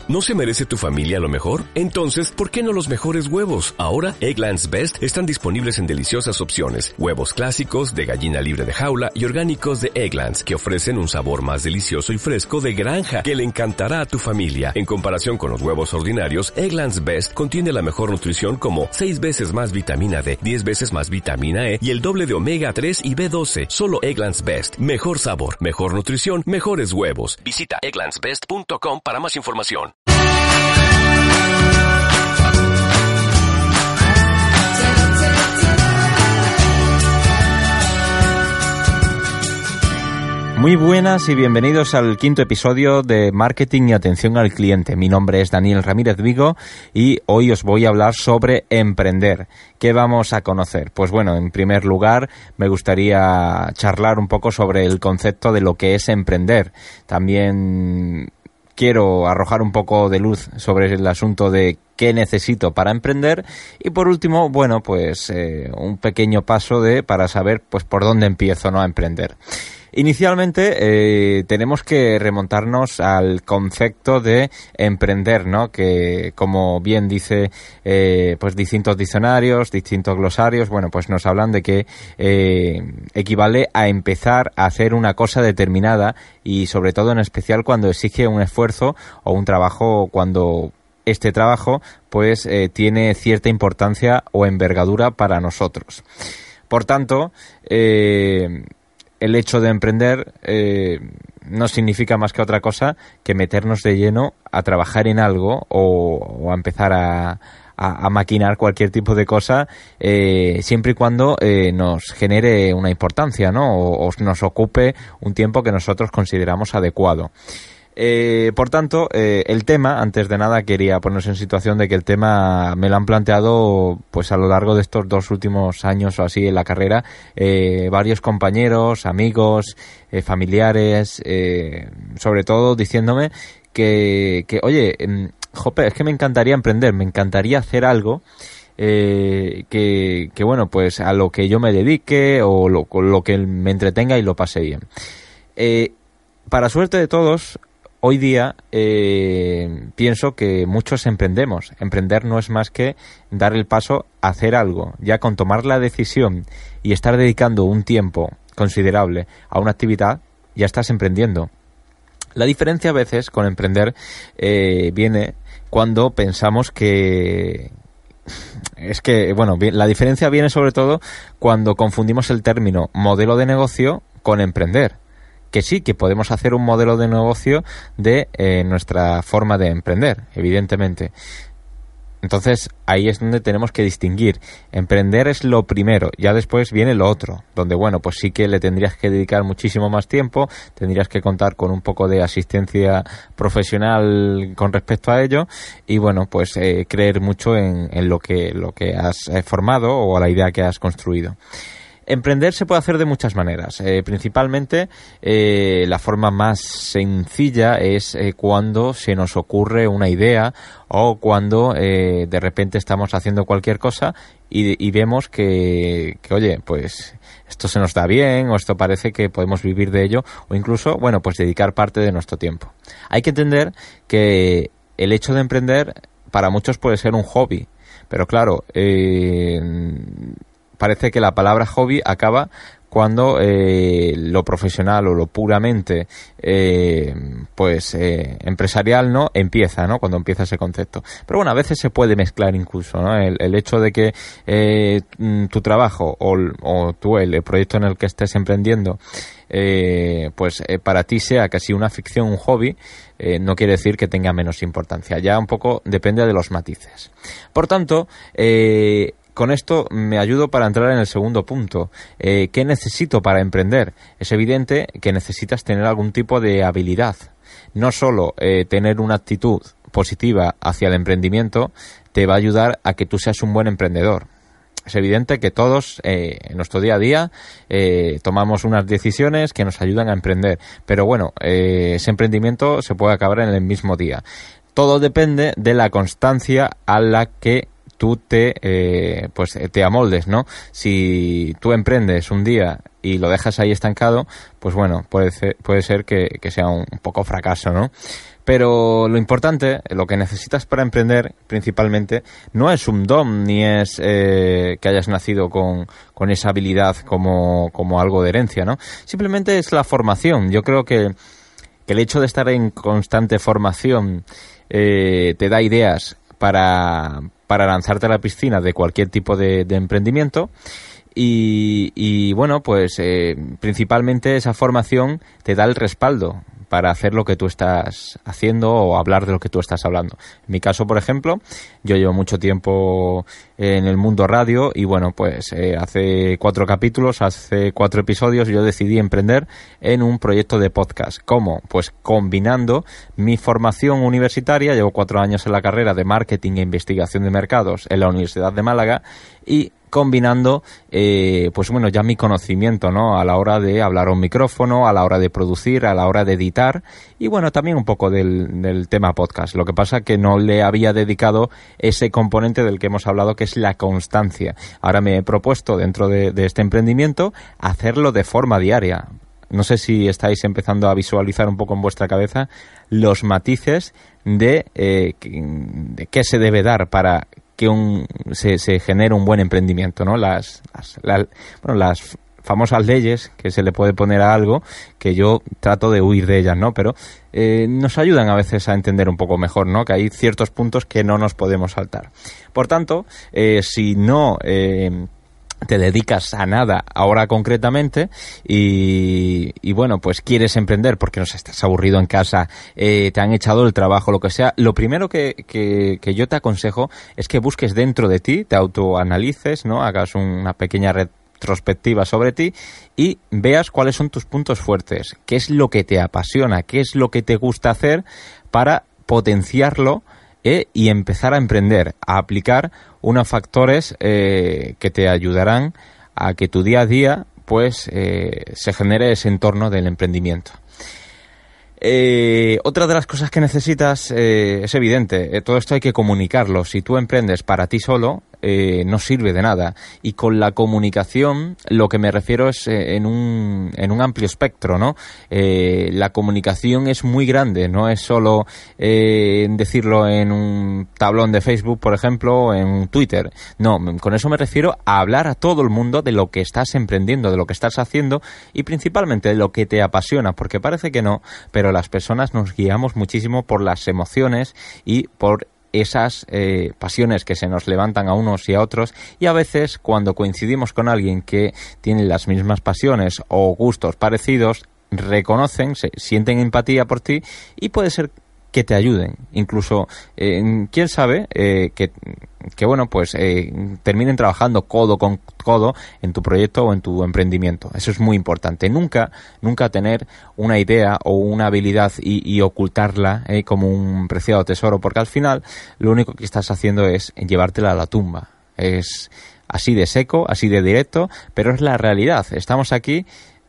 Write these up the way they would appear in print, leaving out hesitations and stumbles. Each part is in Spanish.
¿No se merece tu familia lo mejor? Entonces, ¿por qué no los mejores huevos? Ahora, Eggland's Best están disponibles en deliciosas opciones. Huevos clásicos, de gallina libre de jaula y orgánicos de Eggland's, que ofrecen un sabor más delicioso y fresco de granja que le encantará a tu familia. En comparación con los huevos ordinarios, Eggland's Best contiene la mejor nutrición como 6 veces más vitamina D, 10 veces más vitamina E y el doble de omega 3 y B12. Solo Eggland's Best. Mejor sabor, mejor nutrición, mejores huevos. Visita egglandsbest.com para más información. Muy buenas y bienvenidos al quinto episodio de Marketing y Atención al Cliente. Mi nombre es Daniel Ramírez Vigo y hoy os voy a hablar sobre emprender. ¿Qué vamos a conocer? Pues bueno, en primer lugar me gustaría charlar un poco sobre el concepto de lo que es emprender. También quiero arrojar un poco de luz sobre el asunto de qué necesito para emprender y por último, bueno, pues un pequeño paso para saber pues por dónde empiezo, ¿no?, a emprender. Inicialmente tenemos que remontarnos al concepto de emprender, ¿no? Que como bien dice pues distintos diccionarios, distintos glosarios, bueno, pues nos hablan de que equivale a empezar a hacer una cosa determinada y sobre todo en especial cuando exige un esfuerzo o un trabajo, cuando este trabajo pues tiene cierta importancia o envergadura para nosotros. Por tanto, el hecho de emprender no significa más que otra cosa que meternos de lleno a trabajar en algo o a empezar a maquinar cualquier tipo de cosa, siempre y cuando nos genere una importancia, ¿no? O nos ocupe un tiempo que nosotros consideramos adecuado. Por tanto, el tema, antes de nada quería ponernos en situación de que el tema me lo han planteado pues a lo largo de estos 2 últimos años o así en la carrera, varios compañeros, amigos, familiares, sobre todo diciéndome que oye, jope, es que me encantaría emprender, me encantaría hacer algo que bueno, pues a lo que yo me dedique o lo que me entretenga y lo pase bien. Para suerte de todos, hoy día pienso que muchos emprendemos. Emprender no es más que dar el paso a hacer algo. Ya con tomar la decisión y estar dedicando un tiempo considerable a una actividad, ya estás emprendiendo. La diferencia a veces con emprender viene cuando pensamos que... Es que, bueno, la diferencia viene sobre todo cuando confundimos el término modelo de negocio con emprender. Que sí, que podemos hacer un modelo de negocio de nuestra forma de emprender, evidentemente. Entonces, ahí es donde tenemos que distinguir. Emprender es lo primero, ya después viene lo otro, donde, bueno, pues sí que le tendrías que dedicar muchísimo más tiempo, tendrías que contar con un poco de asistencia profesional con respecto a ello y, bueno, pues creer mucho en lo que has formado o a la idea que has construido. Emprender se puede hacer de muchas maneras. Principalmente, la forma más sencilla es cuando se nos ocurre una idea o cuando de repente estamos haciendo cualquier cosa y vemos que, oye, pues esto se nos da bien o esto parece que podemos vivir de ello o incluso, bueno, pues dedicar parte de nuestro tiempo. Hay que entender que el hecho de emprender para muchos puede ser un hobby, pero claro, parece que la palabra hobby acaba cuando lo profesional o lo puramente empresarial, ¿no?, empieza, ¿no?, cuando empieza ese concepto. Pero bueno, a veces se puede mezclar incluso, ¿no?, el hecho de que tu trabajo o tú, el proyecto en el que estés emprendiendo, para ti sea casi una ficción, un hobby, no quiere decir que tenga menos importancia. Ya un poco depende de los matices. Por tanto, con esto me ayudo para entrar en el segundo punto. ¿Qué necesito para emprender? Es evidente que necesitas tener algún tipo de habilidad. No solo tener una actitud positiva hacia el emprendimiento te va a ayudar a que tú seas un buen emprendedor. Es evidente que todos en nuestro día a día tomamos unas decisiones que nos ayudan a emprender. Pero bueno, ese emprendimiento se puede acabar en el mismo día. Todo depende de la constancia a la que tú te amoldes, ¿no? Si tú emprendes un día y lo dejas ahí estancado, pues bueno, puede ser que sea un poco fracaso, ¿no? Pero lo importante, lo que necesitas para emprender principalmente, no es un don ni es que hayas nacido con esa habilidad como algo de herencia, ¿no? Simplemente es la formación. Yo creo que el hecho de estar en constante formación te da ideas para lanzarte a la piscina de cualquier tipo de emprendimiento. Y bueno, pues principalmente esa formación te da el respaldo para hacer lo que tú estás haciendo o hablar de lo que tú estás hablando. En mi caso, por ejemplo, yo llevo mucho tiempo en el mundo radio y bueno, pues hace 4 episodios yo decidí emprender en un proyecto de podcast. ¿Cómo? Pues combinando mi formación universitaria, llevo 4 años en la carrera de Marketing e Investigación de Mercados en la Universidad de Málaga y combinando, pues bueno, ya mi conocimiento, ¿no? A la hora de hablar a un micrófono, a la hora de producir, a la hora de editar y bueno, también un poco del tema podcast. Lo que pasa que no le había dedicado ese componente del que hemos hablado, que es la constancia. Ahora me he propuesto dentro de este emprendimiento hacerlo de forma diaria. No sé si estáis empezando a visualizar un poco en vuestra cabeza los matices de qué se debe dar para que se genere un buen emprendimiento, ¿no? Las famosas leyes que se le puede poner a algo, que yo trato de huir de ellas, ¿no? Pero nos ayudan a veces a entender un poco mejor, ¿no? Que hay ciertos puntos que no nos podemos saltar. Por tanto, si no te dedicas a nada ahora concretamente y bueno, pues quieres emprender porque no sé, estás aburrido en casa, te han echado el trabajo, lo que sea, lo primero que yo te aconsejo es que busques dentro de ti, te autoanalices, ¿no? Hagas una pequeña retrospectiva sobre ti y veas cuáles son tus puntos fuertes, qué es lo que te apasiona, qué es lo que te gusta hacer para potenciarlo y empezar a emprender, a aplicar unos factores que te ayudarán a que tu día a día pues se genere ese entorno del emprendimiento. Otra de las cosas que necesitas es evidente, todo esto hay que comunicarlo. Si tú emprendes para ti solo, no sirve de nada. Y con la comunicación, lo que me refiero es en un amplio espectro, ¿no? La comunicación es muy grande, no es solo decirlo en un tablón de Facebook, por ejemplo, o en Twitter. No, con eso me refiero a hablar a todo el mundo de lo que estás emprendiendo, de lo que estás haciendo y principalmente de lo que te apasiona, porque parece que no, pero las personas nos guiamos muchísimo por las emociones y por esas pasiones que se nos levantan a unos y a otros, y a veces cuando coincidimos con alguien que tiene las mismas pasiones o gustos parecidos, reconocen, sienten empatía por ti y puede ser que te ayuden, incluso quién sabe que bueno, pues terminen trabajando codo con codo en tu proyecto o en tu emprendimiento. Eso es muy importante. Nunca tener una idea o una habilidad y ocultarla como un preciado tesoro, porque al final lo único que estás haciendo es llevártela a la tumba. Es así de seco, así de directo, pero es la realidad. Estamos aquí,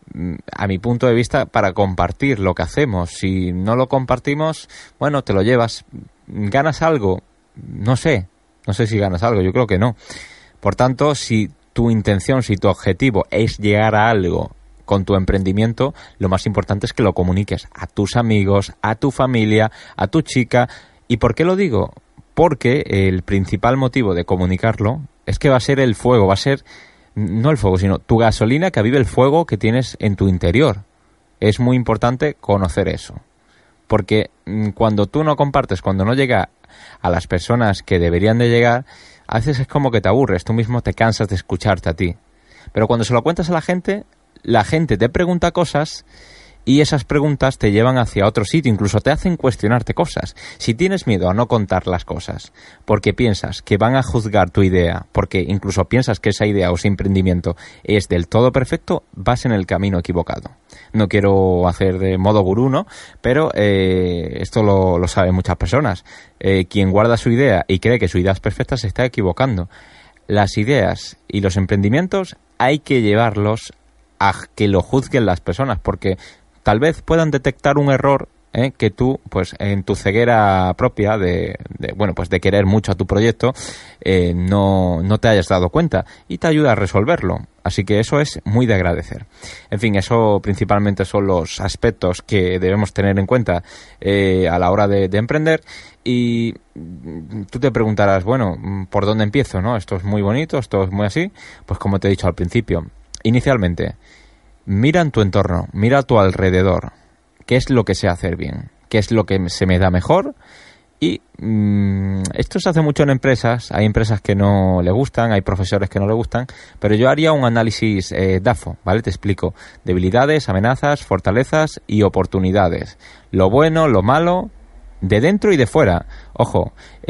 a mi punto de vista, para compartir lo que hacemos. Si no lo compartimos, bueno, te lo llevas. ¿Ganas algo? No sé si ganas algo, yo creo que no. Por tanto, si tu intención, si tu objetivo es llegar a algo con tu emprendimiento, lo más importante es que lo comuniques a tus amigos, a tu familia, a tu chica. ¿Y por qué lo digo? Porque el principal motivo de comunicarlo es que va a ser el fuego, va a ser no el fuego, sino tu gasolina que avive el fuego que tienes en tu interior. Es muy importante conocer eso. Porque cuando tú no compartes, cuando no llega a las personas que deberían de llegar, a veces es como que te aburres, tú mismo te cansas de escucharte a ti. Pero cuando se lo cuentas a la gente te pregunta cosas y esas preguntas te llevan hacia otro sitio, incluso te hacen cuestionarte cosas. Si tienes miedo a no contar las cosas porque piensas que van a juzgar tu idea, porque incluso piensas que esa idea o ese emprendimiento es del todo perfecto, vas en el camino equivocado. No quiero hacer de modo gurú, ¿no? Pero esto lo saben muchas personas. Quien guarda su idea y cree que su idea es perfecta se está equivocando. Las ideas y los emprendimientos hay que llevarlos a que lo juzguen las personas, porque tal vez puedan detectar un error que tú, pues en tu ceguera propia de querer mucho a tu proyecto, no te hayas dado cuenta, y te ayuda a resolverlo. Así que eso es muy de agradecer. En fin, eso principalmente son los aspectos que debemos tener en cuenta a la hora de emprender. Y tú te preguntarás, bueno, ¿por dónde empiezo, no? Esto es muy bonito, esto es muy así. Pues como te he dicho al principio, inicialmente, mira en tu entorno, mira a tu alrededor. ¿Qué es lo que sé hacer bien? ¿Qué es lo que se me da mejor? Y esto se hace mucho en empresas. Hay empresas que no le gustan, hay profesores que no le gustan, pero yo haría un análisis DAFO, ¿vale? Te explico. Debilidades, amenazas, fortalezas y oportunidades. Lo bueno, lo malo, de dentro y de fuera. Ojo,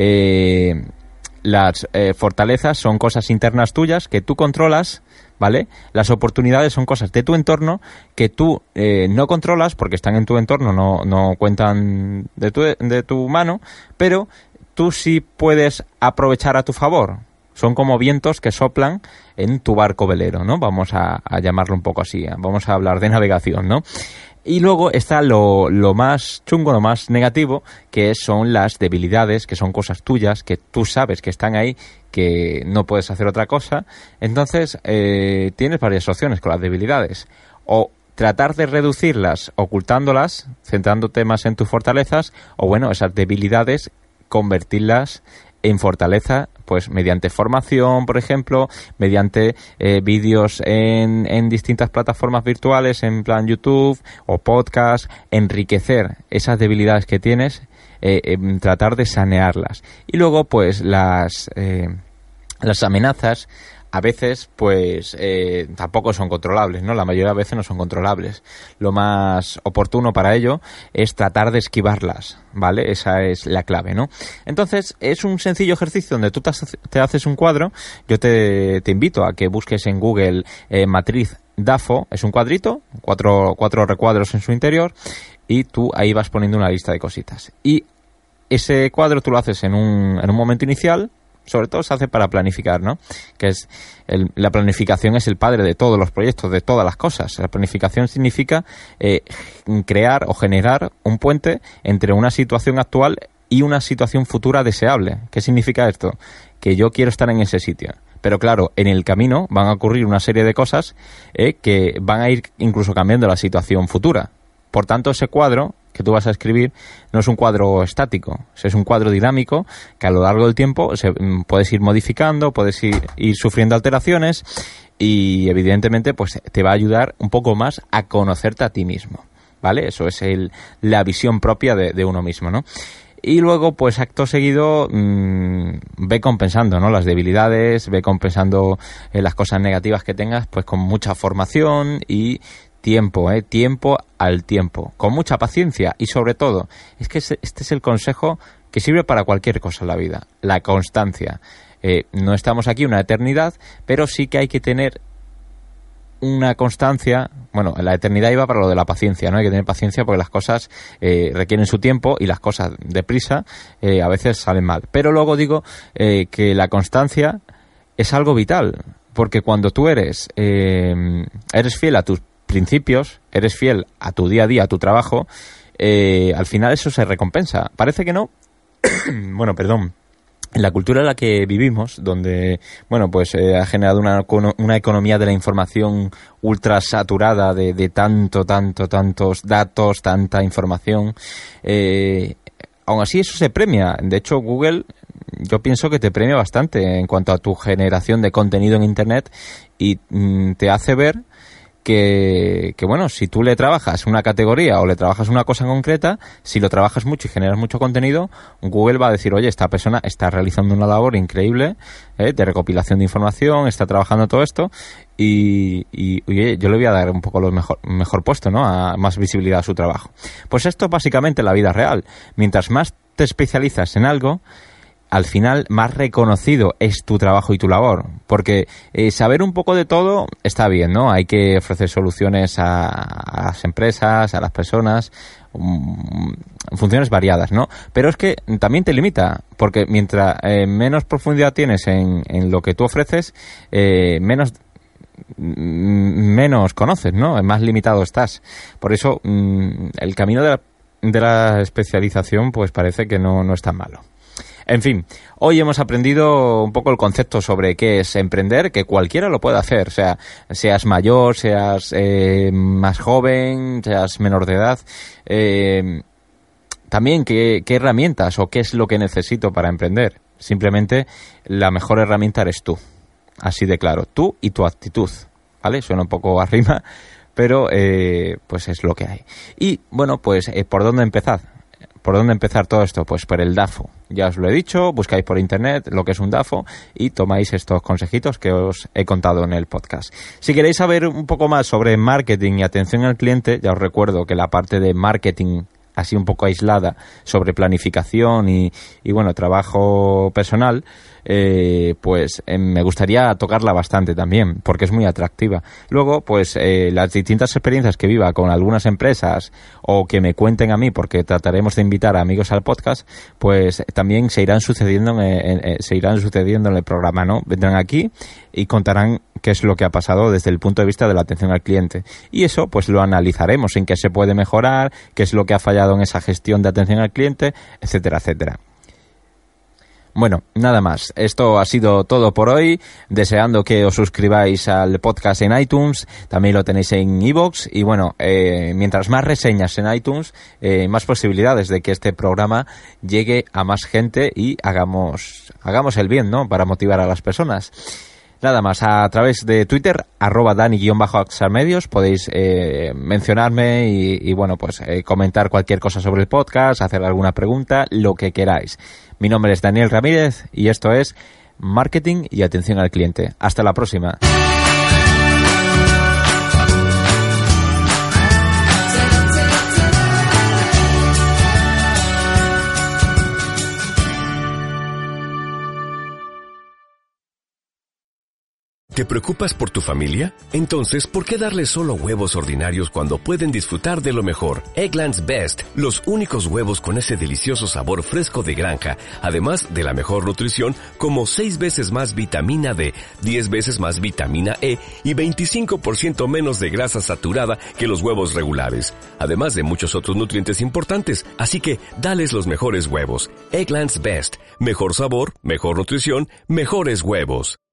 las fortalezas son cosas internas tuyas que tú controlas, ¿vale? Las oportunidades son cosas de tu entorno que tú no controlas porque están en tu entorno, no cuentan de tu mano, pero tú sí puedes aprovechar a tu favor. Son como vientos que soplan en tu barco velero, ¿no? Vamos a llamarlo un poco así, vamos a hablar de navegación, ¿no? Y luego está lo más chungo, lo más negativo, que son las debilidades, que son cosas tuyas, que tú sabes que están ahí, que no puedes hacer otra cosa. Entonces, tienes varias opciones con las debilidades. O tratar de reducirlas ocultándolas, centrándote más en tus fortalezas, o bueno, esas debilidades, convertirlas en fortaleza, pues mediante formación, por ejemplo, mediante vídeos en distintas plataformas virtuales, en plan YouTube o podcast, enriquecer esas debilidades que tienes, tratar de sanearlas. Y luego, pues las amenazas a veces pues tampoco son controlables, ¿no? La mayoría de veces no son controlables. Lo más oportuno para ello es tratar de esquivarlas, ¿vale? Esa es la clave, ¿no? Entonces, es un sencillo ejercicio donde tú te haces un cuadro. Yo te invito a que busques en Google matriz DAFO, es un cuadrito, cuatro recuadros en su interior, y tú ahí vas poniendo una lista de cositas. Y ese cuadro tú lo haces en un momento inicial. Sobre todo se hace para planificar, ¿no? Que es la planificación es el padre de todos los proyectos, de todas las cosas. La planificación significa crear o generar un puente entre una situación actual y una situación futura deseable. ¿Qué significa esto? Que yo quiero estar en ese sitio. Pero claro, en el camino van a ocurrir una serie de cosas que van a ir incluso cambiando la situación futura. Por tanto, ese cuadro que tú vas a escribir no es un cuadro estático, es un cuadro dinámico que a lo largo del tiempo puedes ir modificando, puedes ir sufriendo alteraciones y evidentemente pues te va a ayudar un poco más a conocerte a ti mismo, ¿vale? Eso es la visión propia de uno mismo, ¿no? Y luego, pues acto seguido, ve compensando, ¿no? Las debilidades, ve compensando las cosas negativas que tengas, pues con mucha formación y tiempo al tiempo, con mucha paciencia y sobre todo, es que este es el consejo que sirve para cualquier cosa en la vida, la constancia. No estamos aquí una eternidad, pero sí que hay que tener una constancia. Bueno, la eternidad iba para lo de la paciencia, ¿no? Hay que tener paciencia porque las cosas requieren su tiempo y las cosas deprisa a veces salen mal. Pero luego digo que la constancia es algo vital, porque cuando tú eres fiel a tus principios, eres fiel a tu día a día, a tu trabajo, al final eso se recompensa. Parece que no. Bueno, perdón. En la cultura en la que vivimos, donde, bueno, pues ha generado una economía de la información ultra saturada de tantos datos, tanta información, aún así eso se premia. De hecho, Google, yo pienso que te premia bastante en cuanto a tu generación de contenido en Internet y te hace ver que bueno, si tú le trabajas una categoría o le trabajas una cosa en concreta, si lo trabajas mucho y generas mucho contenido, Google va a decir, oye, esta persona está realizando una labor increíble de recopilación de información, está trabajando todo esto y oye, yo le voy a dar un poco lo mejor puesto, ¿no? A más visibilidad a su trabajo. Pues esto es básicamente la vida real. Mientras más te especializas en algo, al final más reconocido es tu trabajo y tu labor, porque saber un poco de todo está bien, ¿no? Hay que ofrecer soluciones a las empresas, a las personas, funciones variadas, ¿no? Pero es que también te limita, porque mientras menos profundidad tienes en lo que tú ofreces, menos conoces, ¿no? Más limitado estás. Por eso el camino de la especialización pues parece que no es tan malo. En fin, hoy hemos aprendido un poco el concepto sobre qué es emprender, que cualquiera lo puede hacer, o sea, seas mayor, seas más joven, seas menor de edad. También qué herramientas o qué es lo que necesito para emprender. Simplemente la mejor herramienta eres tú, así de claro, tú y tu actitud, ¿vale? Suena un poco a rima, pero pues es lo que hay. Y bueno, pues ¿por dónde empezar? ¿Por dónde empezar todo esto? Pues por el DAFO. Ya os lo he dicho, buscáis por internet lo que es un DAFO y tomáis estos consejitos que os he contado en el podcast. Si queréis saber un poco más sobre marketing y atención al cliente, ya os recuerdo que la parte de marketing así un poco aislada sobre planificación y bueno, trabajo personal, pues me gustaría tocarla bastante también, porque es muy atractiva. Luego, pues las distintas experiencias que viva con algunas empresas o que me cuenten a mí, porque trataremos de invitar a amigos al podcast, pues también se irán sucediendo en el programa, ¿no? Vendrán aquí y contarán qué es lo que ha pasado desde el punto de vista de la atención al cliente. Y eso, pues lo analizaremos, en qué se puede mejorar, qué es lo que ha fallado en esa gestión de atención al cliente, etcétera, etcétera. Bueno, nada más. Esto ha sido todo por hoy. Deseando que os suscribáis al podcast en iTunes. También lo tenéis en iVoox. Y bueno, mientras más reseñas en iTunes, más posibilidades de que este programa llegue a más gente y hagamos el bien, ¿no? Para motivar a las personas. Nada más, a través de Twitter, @Dani_AxarMedios, podéis mencionarme y bueno, pues comentar cualquier cosa sobre el podcast, hacer alguna pregunta, lo que queráis. Mi nombre es Daniel Ramírez y esto es Marketing y Atención al Cliente. Hasta la próxima. ¿Te preocupas por tu familia? Entonces, ¿por qué darles solo huevos ordinarios cuando pueden disfrutar de lo mejor? Eggland's Best, los únicos huevos con ese delicioso sabor fresco de granja, además de la mejor nutrición, como 6 veces más vitamina D, 10 veces más vitamina E y 25% menos de grasa saturada que los huevos regulares, además de muchos otros nutrientes importantes. Así que, dales los mejores huevos. Eggland's Best, mejor sabor, mejor nutrición, mejores huevos.